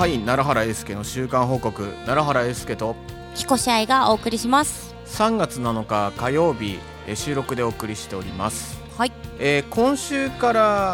はい奈良原英介の週間報告、奈良原英介と彦試合がお送りします。 3月7日火曜日、収録でお送りしております。 はい、 今週から、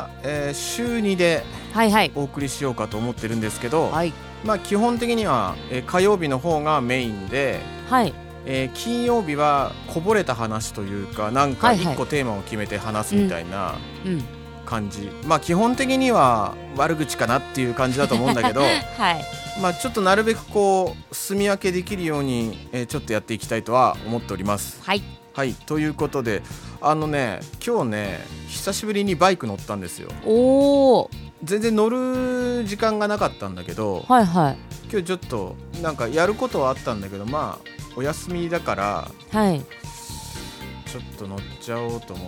週2ではいはいお送りしようかと思ってるんですけど、 はい基本的には、火曜日の方がメインで、 はい金曜日はこぼれた話というか、なんか1個テーマを決めて話すみたいな感じ、基本的には悪口かなっていう感じだと思うんだけどはいちょっとなるべくこう住み分けできるように、ちょっとやっていきたいとは思っております。 はいはい、ということで今日ね久しぶりにバイク乗ったんですよ。 おー、 全然乗る時間がなかったんだけど、 はいはい今日ちょっとなんかやることはあったんだけど、お休みだからはいちょっと乗っちゃおうと思って。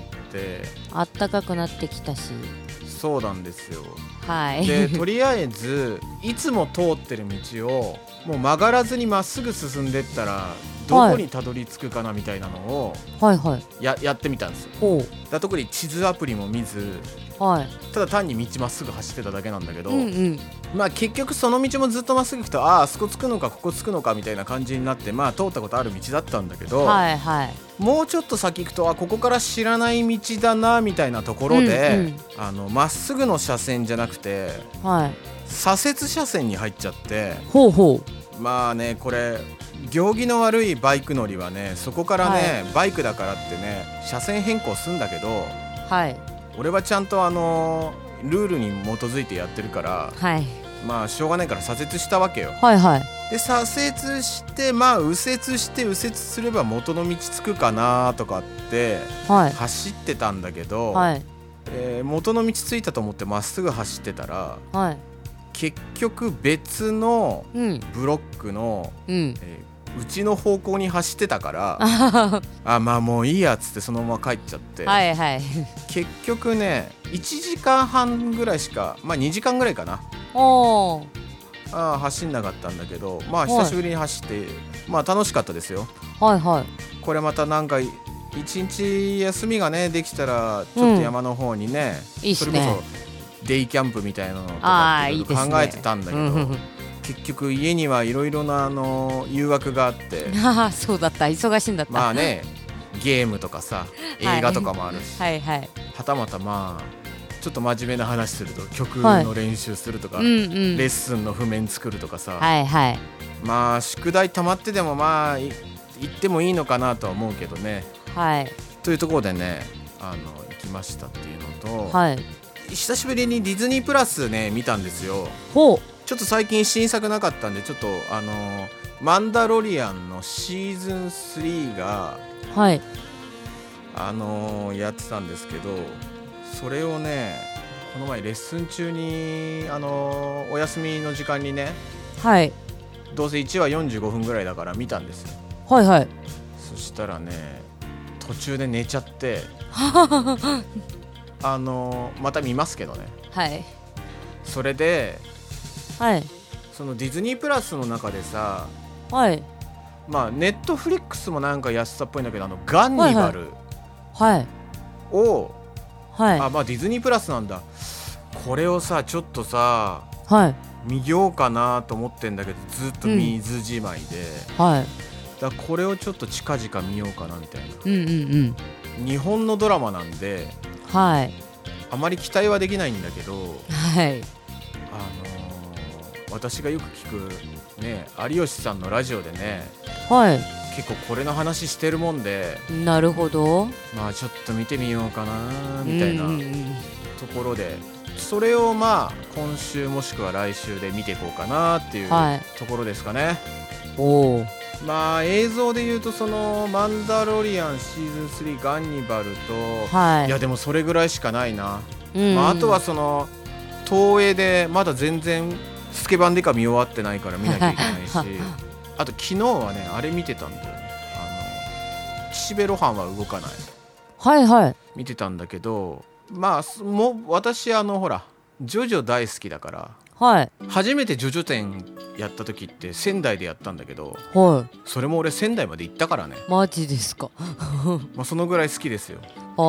あったかくなってきたし、 そうなんですよ。 はいでとりあえずいつも通ってる道をもう曲がらずにまっすぐ進んでったらどこにたどり着くかなみたいなのをはいはいやってみたんですよ。 おう特に地図アプリも見ず、 はいただ単に道まっすぐ走ってただけなんだけど、 うん結局その道もずっとまっすぐ行くとあそこ着くのかここ着くのかみたいな感じになって、通ったことある道だったんだけど、 はいはいもうちょっと先行くとここから知らない道だなみたいなところで、まっすぐの車線じゃなくてはい左折車線に入っちゃって、 ほうほこれ行儀の悪いバイク乗りはね、そこからね、バイクだからってね車線変更すんだけど、 はい俺はちゃんとルールに基づいてやってるから、 はいしょうがないから左折したわけよ。 はいはいで左折して右折して右折すれば元の道着くかなとかってはい走ってたんだけど、 はい元の道着いたと思ってまっすぐ走ってたらはい結局別のうんブロックの、 うんうちの方向に走ってたからもういいやっつってそのまま帰っちゃって、 はいはい結局ね1時間半ぐらいしか2時間ぐらいかなおー走んなかったんだけど、久しぶりに走って、楽しかったですよ。 はいはいこれまたなんか一日休みがねできたらちょっと山の方にね、 いいっすねそれこそデイキャンプみたいなのとかっていろいろ考えてたんだけど、結局家にはいろいろな誘惑があってそうだった、忙しいんだった。 ゲームとかさ映画とかもあるし、 はいはいはたまたちょっと真面目な話すると曲の練習するとか、レッスンの譜面作るとかさ、 はいはい宿題溜まってでも行ってもいいのかなとは思うけどね。 はいというところでね行きましたっていうのと、 はい久しぶりにディズニープラスね見たんですよ。 ほうちょっと最近新作なかったんでちょっとマンダロリアンのシーズン3がはいやってたんですけど、それをねこの前レッスン中にお休みの時間にね、 はいどうせ1話45分ぐらいだから見たんですよ。 はいはいそしたらね途中で寝ちゃってまた見ますけどね。 はいそれではいそのディズニープラスの中でさ、 はいネットフリックスもなんか安さっぽいんだけどガンニバルはいを、 はいディズニープラスなんだ。これをさちょっとさはい見ようかなと思ってんだけどずっと水じまいで、 はいだからこれをちょっと近々見ようかなみたいな。 うん日本のドラマなんではいあまり期待はできないんだけど、 はい私がよく聞くね有吉さんのラジオでねはい結構これの話してるもんで、 なるほどちょっと見てみようかなみたいなところで、それを今週もしくは来週で見ていこうかなっていうところですかね。 おー映像で言うとそのマンダロリアンシーズン3ガンニバルと、 はいいやでもそれぐらいしかないな。 ああとはその東映でまだ全然スケバンでか見終わってないから見なきゃいけないしあと昨日はねあれ見てたんだよね。岸辺露伴は動かないはいはい見てたんだけど、もう私ほらジョジョ大好きだからはい初めてジョジョ展やった時って仙台でやったんだけど、 はいそれも俺仙台まで行ったからね。 マジですかそのぐらい好きですよ。 はい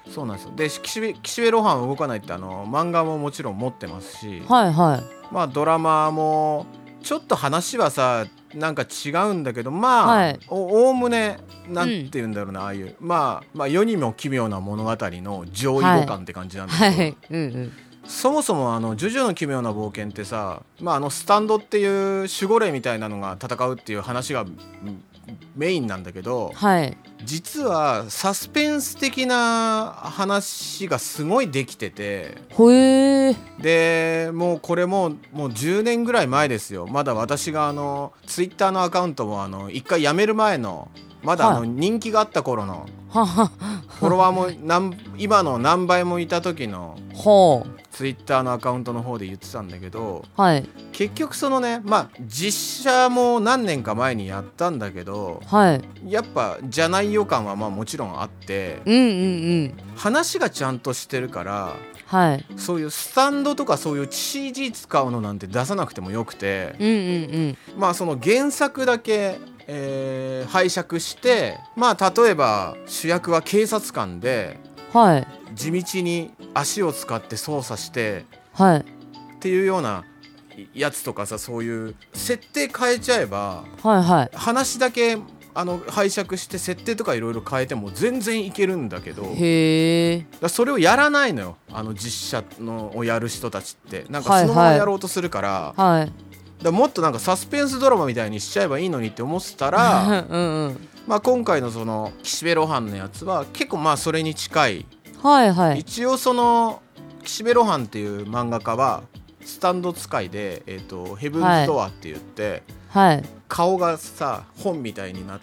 そうなんですよ。で岸辺露伴は動かないって漫画ももちろん持ってますし、 はいはい。 まあドラマもちょっと話はさなんか違うんだけど、まあ、 はい、 おおむねなんて言うんだろうな、ああいうまあ世にも奇妙な物語の上位互換って感じなんだけど、 はい。うんうん。 そもそもジョジョの奇妙な冒険ってさ、まあ、スタンドっていう守護霊みたいなのが戦うっていう話がメインなんだけど、 はい。 実はサスペンス的な話がすごいできてて、 ほえー。 でもうこれもう10年ぐらい前ですよ。まだ私がツイッターのアカウントも一回辞める前のまだはい人気があった頃のはは。 フォロワーも今の何倍もいた時のほう。 ツイッターのアカウントの方で言ってたんだけど、 はい。 結局そのね、まあ実写も何年か前にやったんだけど、 はい。 やっぱじゃない予感はまあもちろんあって、 うんうんうん。 話がちゃんとしてるからはい。 そういうスタンドとかそういう CG 使うのなんて出さなくてもよくて、 うんうんうん。 まあその原作だけ、拝借して、まあ例えば主役は警察官ではい。 地道に足を使って操作してはい。 っていうようなやつとかさ、そういう設定変えちゃえばはいはい。 話だけ拝借して設定とかいろいろ変えても全然いけるんだけど、 へえ。 それをやらないのよ、実写のをやる人たちってなんかはいはいそのままやろうとするから、 はい。 だからもっとなんかサスペンスドラマみたいにしちゃえばいいのにって思ってたらうんうん。 まあ今回のその岸辺露伴のやつは結構まあそれに近い、 はいはい。 一応その岸辺露伴っていう漫画家はスタンド使いで、ヘブンズドアって言って、 はい。 顔がさ本みたいになって、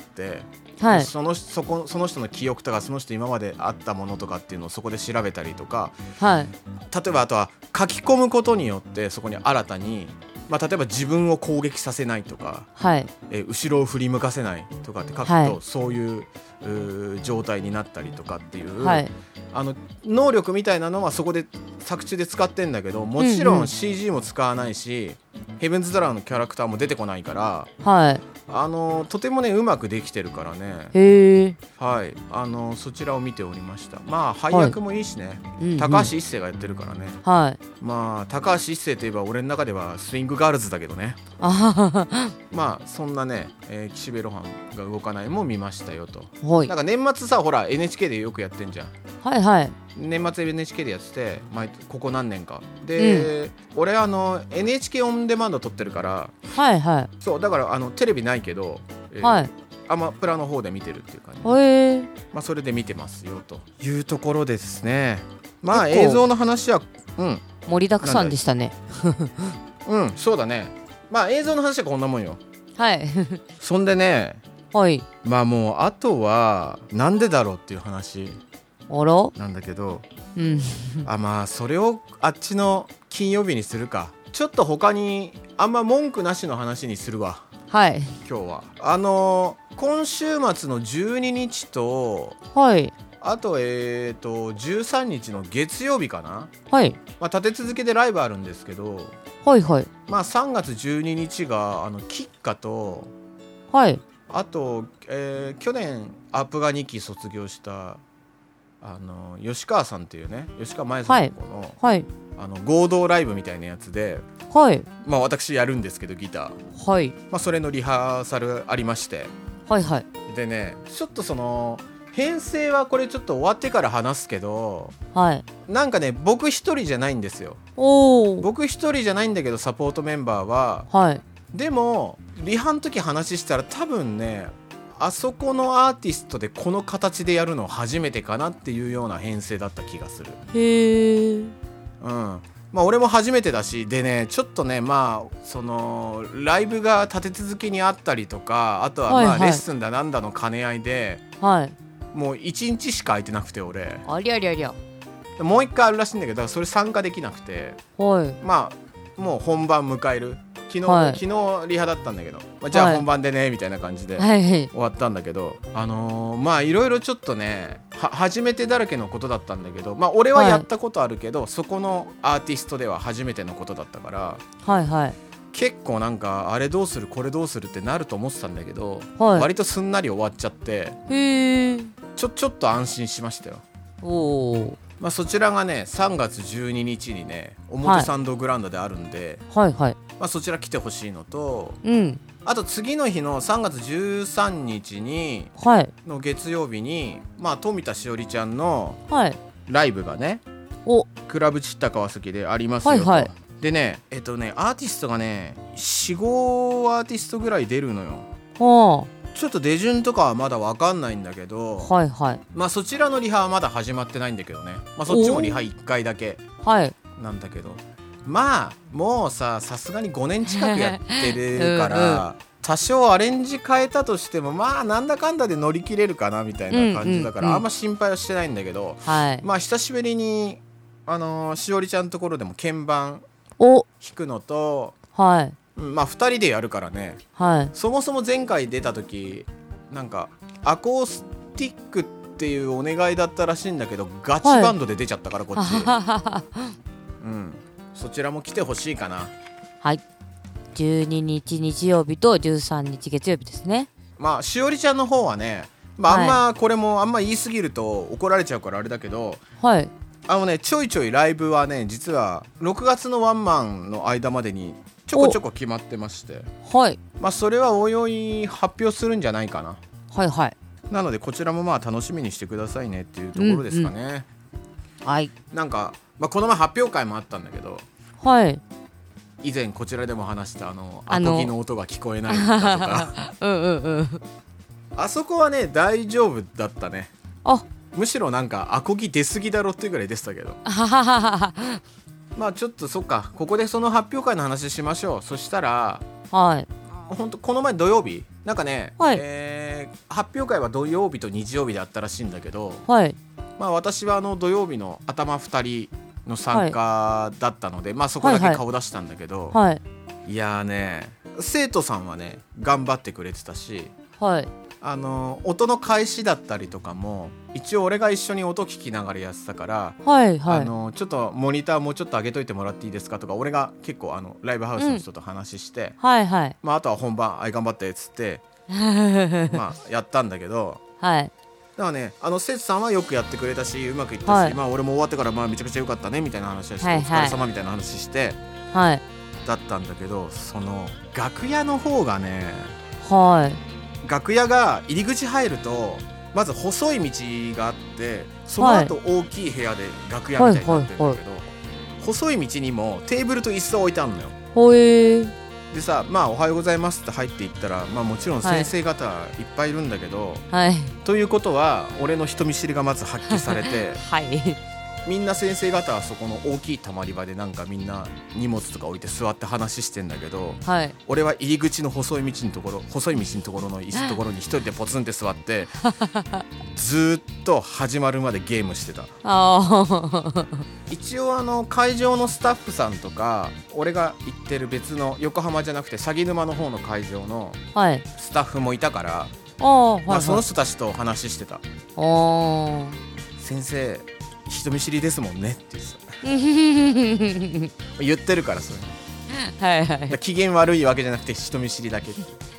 はい。 その人の記憶とかその人今まであったものとかっていうのをそこで調べたりとか、 はい。 例えばあとは書き込むことによってそこに新たに、まあ、例えば自分を攻撃させないとか、 はい。 後ろを振り向かせないとかって書くと、 はいそういう状態になったりとかっていう、 はい。 能力みたいなのはそこで作中で使ってんだけど、もちろうんうんん CG も使わないし、ヘブンズ・ドラーのキャラクターも出てこないから、 はい。 とてもねうまくできてるからね、 へえ。 はい、そちらを見ておりました。まあ配役もいいしね、 うんうん高橋一生がやってるからね。 はい。 まあ高橋一生といえば俺の中ではスイングガールズだけどね。 あははは。 まあそんなね、岸辺露伴が動かないも見ましたよと。 はいなんか年末さほら NHK でよくやってんじゃん。 はいはい。 年末 NHK でやってて、ここ何年かで、俺NHK オンデマンド撮ってるから、 はいはい。 そうだからテレビないけど、 はい。 アマプラの方で見てるっていう感じ、 へえ。 まあそれで見てますよというところですね。まあ結構映像の話は盛りだくさんでしたね。 そうだね。まあ映像の話はこんなもんよ。 はいそんでね、 はい。 まあもうあとはなんでだろうっていう話あら。 なんだけど、 うんまあそれをあっちの金曜日にするか。ちょっと他にあんま文句なしの話にするわはい今日は。今週末の12日とはいあと13日の月曜日かな、 はいまあ、立て続けでライブあるんですけど、 はいはいまあ3月12日がキッカと、 はいあと、去年アップが2期卒業した吉川さんっていうね、吉川真也さんの子の、 はい合同ライブみたいなやつで、 はいまあ私やるんですけどギター、 はいまあ、それのリハーサルありまして、 はいはいでねちょっとその編成はこれちょっと終わってから話すけど、 はいなんかね僕一人じゃないんですよ。 おお僕一人じゃないんだけどサポートメンバーは、 はいでもリハの時話したら多分ねあそこのアーティストでこの形でやるの初めてかなっていうような編成だった気がする。 へえまあ俺も初めてだし、でねちょっとねまあそのライブが立て続けにあったりとか、あとはまあレッスンだなんだの兼ね合いで、 はいもう1日しか空いてなくて俺ありゃりゃりゃもう一回あるらしいんだけど、だからそれ参加できなくて、 はいまあもう本番迎える昨日リハだったんだけど、まあ、じゃあ本番でねみたいな感じではい終わったんだけど、まあいろいろちょっとね初めてだらけのことだったんだけど、まあ俺はやったことあるけど、そこのアーティストでは初めてのことだったからはいはい結構なんかあれどうするこれどうするってなると思ってたんだけど、 はい割とすんなり終わっちゃってへえちょっと安心しましたよ。 おお。 まあ、そちらがね3月12日にね表参道グランドであるんで、 はいはい。 まあ、そちら来てほしいのと、 うん。 あと次の日の3月13日にはいの月曜日に、まあ、富田しおりちゃんのはい。 ライブがねお。 クラブチッタ川崎でありますよと、 はいはい。 でねアーティストがね 4,5 アーティストぐらい出るのよ。 はちょっと出順とかはまだ分かんないんだけど、 あ。はいはい。 まあそちらのリハはまだ始まってないんだけどね、まあ、そっちもリハ1回だけはい。 なんだけど、まあもうさすがに5年近くやってるから多少アレンジ変えたとしてもまあなんだかんだで乗り切れるかなみたいな感じだからあんま心配はしてないんだけど、 はい。 まあ久しぶりにしおりちゃんのところでも鍵盤お。 弾くのと、 はい。 まあ2人でやるからね。 はい。 そもそも前回出た時なんかアコースティックっていうお願いだったらしいんだけどガチバンドで出ちゃったからこっち、うん、そちらも来てほしいかな。 はい。12日日曜日と13日月曜日ですね。 まあしおりちゃんの方はね、まあ、あんまこれもあんま言い過ぎると怒られちゃうからあれだけど、 はい。 ちょいちょいライブはね実は6月のワンマンの間までにちょこちょこ決まってまして、 はい。 まあそれはおいおい発表するんじゃないかな。 はいはい。 なのでこちらもまあ楽しみにしてくださいねっていうところですかね、 はい。 なんか、まあ、この前発表会もあったんだけどはい。 以前こちらでも話したアコギの音が聞こえないだとかうんうんうん。 あそこはね大丈夫だったね。 あ。 むしろなんかアコギ出過ぎだろっていうぐらい出てたけどはははは。 まあちょっとそっかここでその発表会の話しましょう。そしたらはい。 ほんとこの前土曜日なんかね、 はい発表会は土曜日と日曜日であったらしいんだけど、 はい。 まあ私は土曜日の頭2人の参加だったので、まあそこだけ顔出したんだけど、 はい。 いやーね生徒さんはね頑張ってくれてたし、 はい。 音の返しだったりとかも一応俺が一緒に音聞きながらやってたから、 はいはい。 ちょっとモニターもうちょっと上げといてもらっていいですかとか俺が結構ライブハウスの人と話して、 はいはい。 まあ、あとは本番頑張ってっつってまあやったんだけど、 はい。 だからね生徒さんはよくやってくれたしうまくいったし、 はいまあ俺も終わってからまあめちゃくちゃ良かったねみたいな話をして、 はいはいお疲れ様みたいな話してはい。 だったんだけど、その楽屋の方がねはい。 楽屋が入り口入るとまず細い道があってその後大きい部屋で楽屋みたいになってるんだけど、細い道にもテーブルと椅子が置いてあるのよ。 ほえー。 でさまあおはようございますって入っていったらまあもちろん先生方いっぱいいるんだけど、 はい。 ということは俺の人見知りがまず発揮されてはい。 みんな先生方はそこの大きいたまり場でなんかみんな荷物とか置いて座って話してんだけど、 はい。 俺は入り口の細い道のところの椅子のところに一人でポツンって座ってずーっと始まるまでゲームしてた。 ああ。 一応会場のスタッフさんとか俺が行ってる別の横浜じゃなくて鷺沼の方の会場のはい。 スタッフもいたから、 ああ、はい、 まあ、そのはい。 人たちと話してた。 あ先生人見知りですもんねってあ。はい言ってるからそれはい。 機嫌悪いわけじゃなくて人見知りだけ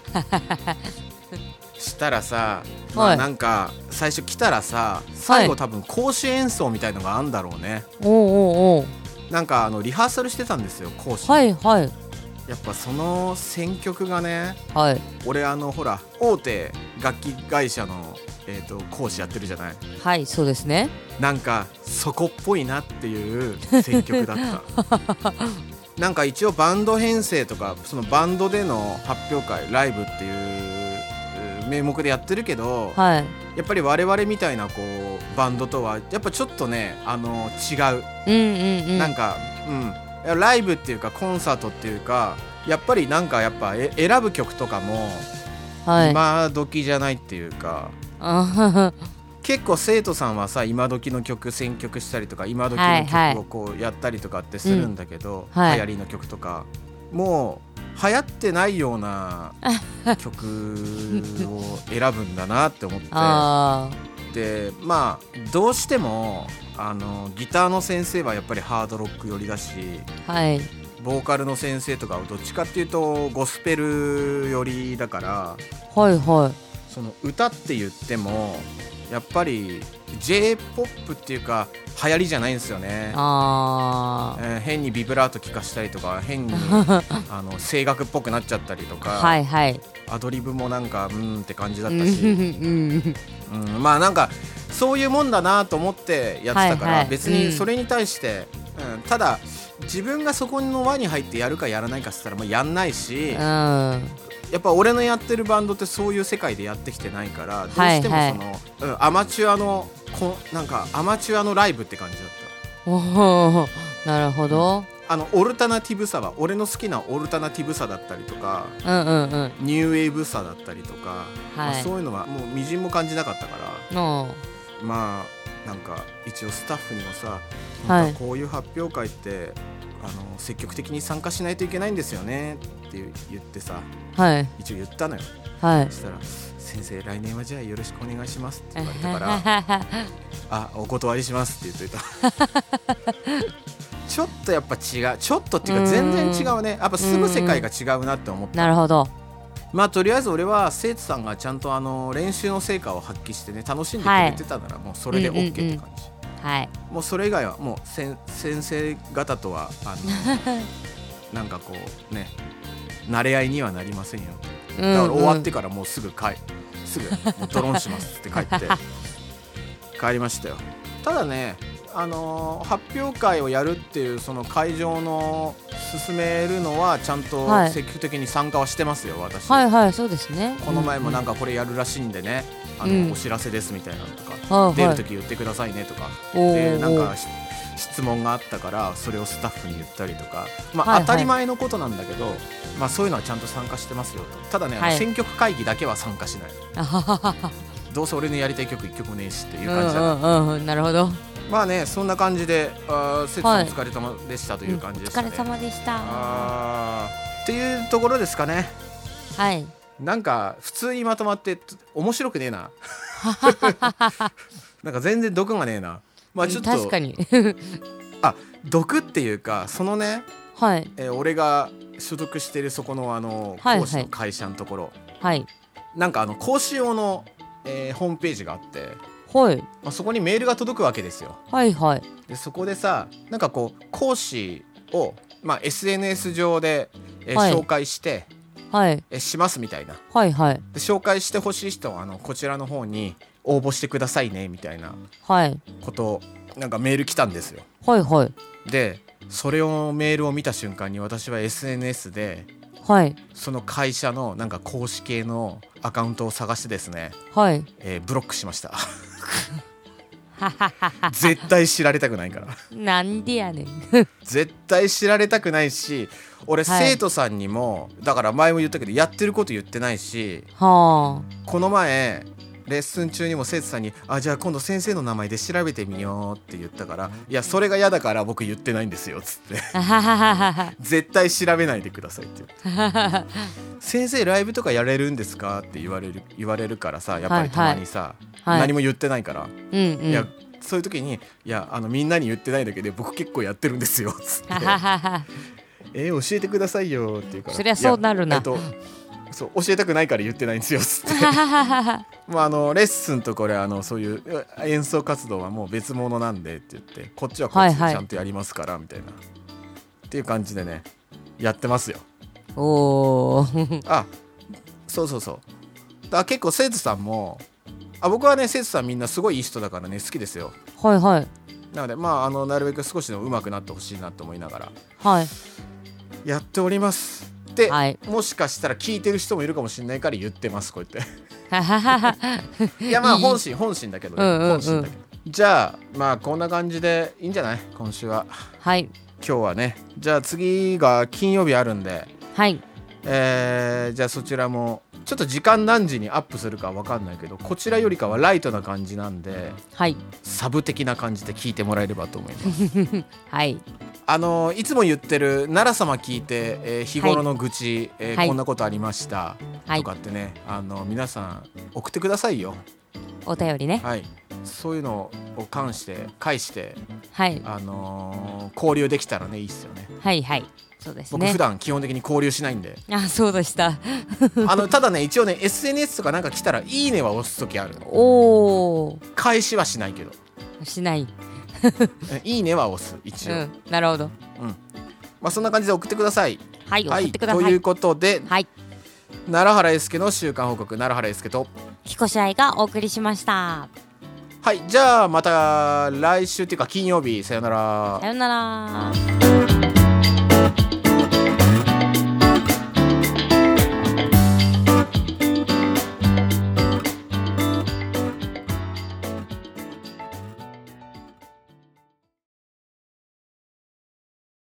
したらさ、まあ、なんか最初来たらさ最後多分講師演奏みたいのがあんだろうね。 おうおうおう。 なんかリハーサルしてたんですよ講師。 はいはい。 やっぱその選曲がね、 はい。 俺ほら大手楽器会社の、講師やってるじゃない。 はい、そうですね。 なんかそこっぽいなっていう選曲だったなんか一応バンド編成とかそのバンドでの発表会ライブっていう名目でやってるけど、 はい。 やっぱり我々みたいなこうバンドとはやっぱちょっとね違う、 うんうんうん。 なんかライブっていうかコンサートっていうかやっぱりなんかやっぱ選ぶ曲とかもはい。 今時じゃないっていうか、 あはは。 結構生徒さんはさ今時の曲選曲したりとか今時の曲をこうやったりとかってするんだけど、 はい流行りの曲とかもう流行ってないような曲を選ぶんだなって思ってあでまあどうしてもギターの先生はやっぱりハードロック寄りだしあ。はい。 ボーカルの先生とかはどっちかっていうとゴスペル寄りだからはいはい。 その歌って言ってもやっぱり J-POP っていうか流行りじゃないんですよね。変にビブラート聞かしたりとか、変に声楽っぽくなっちゃったりとか、 はいはい、 アドリブもなんかって感じだったし、まあなんかそういうもんだなと思ってやってたから、はいはい、別にそれに対して、ただ自分がそこの輪に入ってやるかやらないかっつったらもうやんないし、やっぱ俺のやってるバンドってそういう世界でやってきてないから、どうしてもその、アマチュアのなんかアマチュアのライブって感じだった。 お、なるほど。 オルタナティブさは俺の好きなオルタナティブさだったりとか、ニューウェーブさだったりとか、そういうのはもうみじんも感じなかったから、まあなんか一応スタッフにもさ、なんかこういう発表会って積極的に参加しないといけないんですよねって言ってさ、一応言ったのよ。そしたら先生来年はじゃあよろしくお願いしますって言われたからあ、お断りしますって言っといたちょっとやっぱ違う、ちょっとっていうか全然違うね。やっぱ住む世界が違うなって思った。 なるほど。 まあとりあえず俺は生徒さんがちゃんと練習の成果を発揮してね、楽しんでくれてたならもうそれで OK って感じ。もうそれ以外はもう先生方とはなんかこうね、慣れ合いにはなりませんよ。だから終わってからもうすぐもうドローンしますって帰って帰りましたよ。ただね、発表会をやるっていうその会場の進めるのはちゃんと積極的に参加はしてますよ、私。 そうですね。 この前もなんかこれやるらしいんでね、お知らせですみたいなのとか、出るとき言ってくださいねとかで、なんか質問があったからそれをスタッフに言ったりとか、まあ当たり前のことなんだけど、まあそういうのはちゃんと参加してますよと。ただね、選曲会議だけは参加しないどうせ俺のやりたい曲1曲もねえしっていう感じだから。なるほど。まあね、そんな感じでセツさんお疲れ様でしたという感じでしたね。 お疲れ様でしたっていうところですかね。なんか普通にまとまって面白くねえななんか全然毒がねえな。まあちょっと確かに毒っていうか、そのね、俺が所属しているそこの講師の会社のところ、なんか講師用のホームページがあって、まあ、そこにメールが届くわけですよ。でそこでさ、なんかこう講師を、まあ、SNS 上で、紹介して、しますみたいな、で紹介してほしい人はこちらの方に応募してくださいねみたいなことをなんかメール来たんですよ。でそれをメールを見た瞬間に私は SNS で、その会社のなんか公式系のアカウントを探してですね、ブロックしました絶対知られたくないからなんでやねん絶対知られたくないし、俺生徒さんにもだから前も言ったけどやってること言ってないし、この前レッスン中にも生徒さんにじゃあ今度先生の名前で調べてみようって言ったから、いやそれが嫌だから僕言ってないんですよっつって絶対調べないでくださいって言って先生ライブとかやれるんですかって言われるからさ、やっぱりたまにさ、何も言ってないから、いやそういう時にいやみんなに言ってないだけで僕結構やってるんですよっつって教えてくださいよって言うから、 そりゃそうなるな、 そう教えたくないから言ってないんですよっつってまあレッスンとこれそういう演奏活動はもう別物なんでって言って、こっちはこっちでちゃんとやりますからみたいな、っていう感じでねやってますよ。そうだから結構生徒さんも僕はね生徒さんみんなすごいいい人だからね好きですよ。なのでまあなるべく少しでも上手くなってほしいなと思いながらやっておりますで、もしかしたら聞いてる人もいるかもしれないから言ってます、こうやっていやまあ本心だけどね、本心だけど。じゃあまあこんな感じでいいんじゃない、今週は。今日はね。じゃあ次が金曜日あるんで、じゃあそちらもちょっと時間何時にアップするか分かんないけど、こちらよりかはライトな感じなんで、サブ的な感じで聞いてもらえればと思いますいつも言ってる奈良様聞いて、日頃の愚痴、こんなことありました、とかってね皆さん送ってくださいよ、 お便りね。 そういうのを返してはい、 交流できたらねいいっすよね。 はいはい、そうですね。 僕普段基本的に交流しないんであ、そうでした。 ただね一応ね SNS とかなんか来たらいいねは押す時ある。 おー、 返しはしないけどしない。 いいねは押す一応、 なるほど。 まあそんな感じで送ってください。 はい、送ってください。 ということで、 はい、 奈良原英介の週間報告、奈良原英介と彦しあいがお送りしました。 はい、じゃあまた来週っていうか金曜日、さよなら。 さよなら。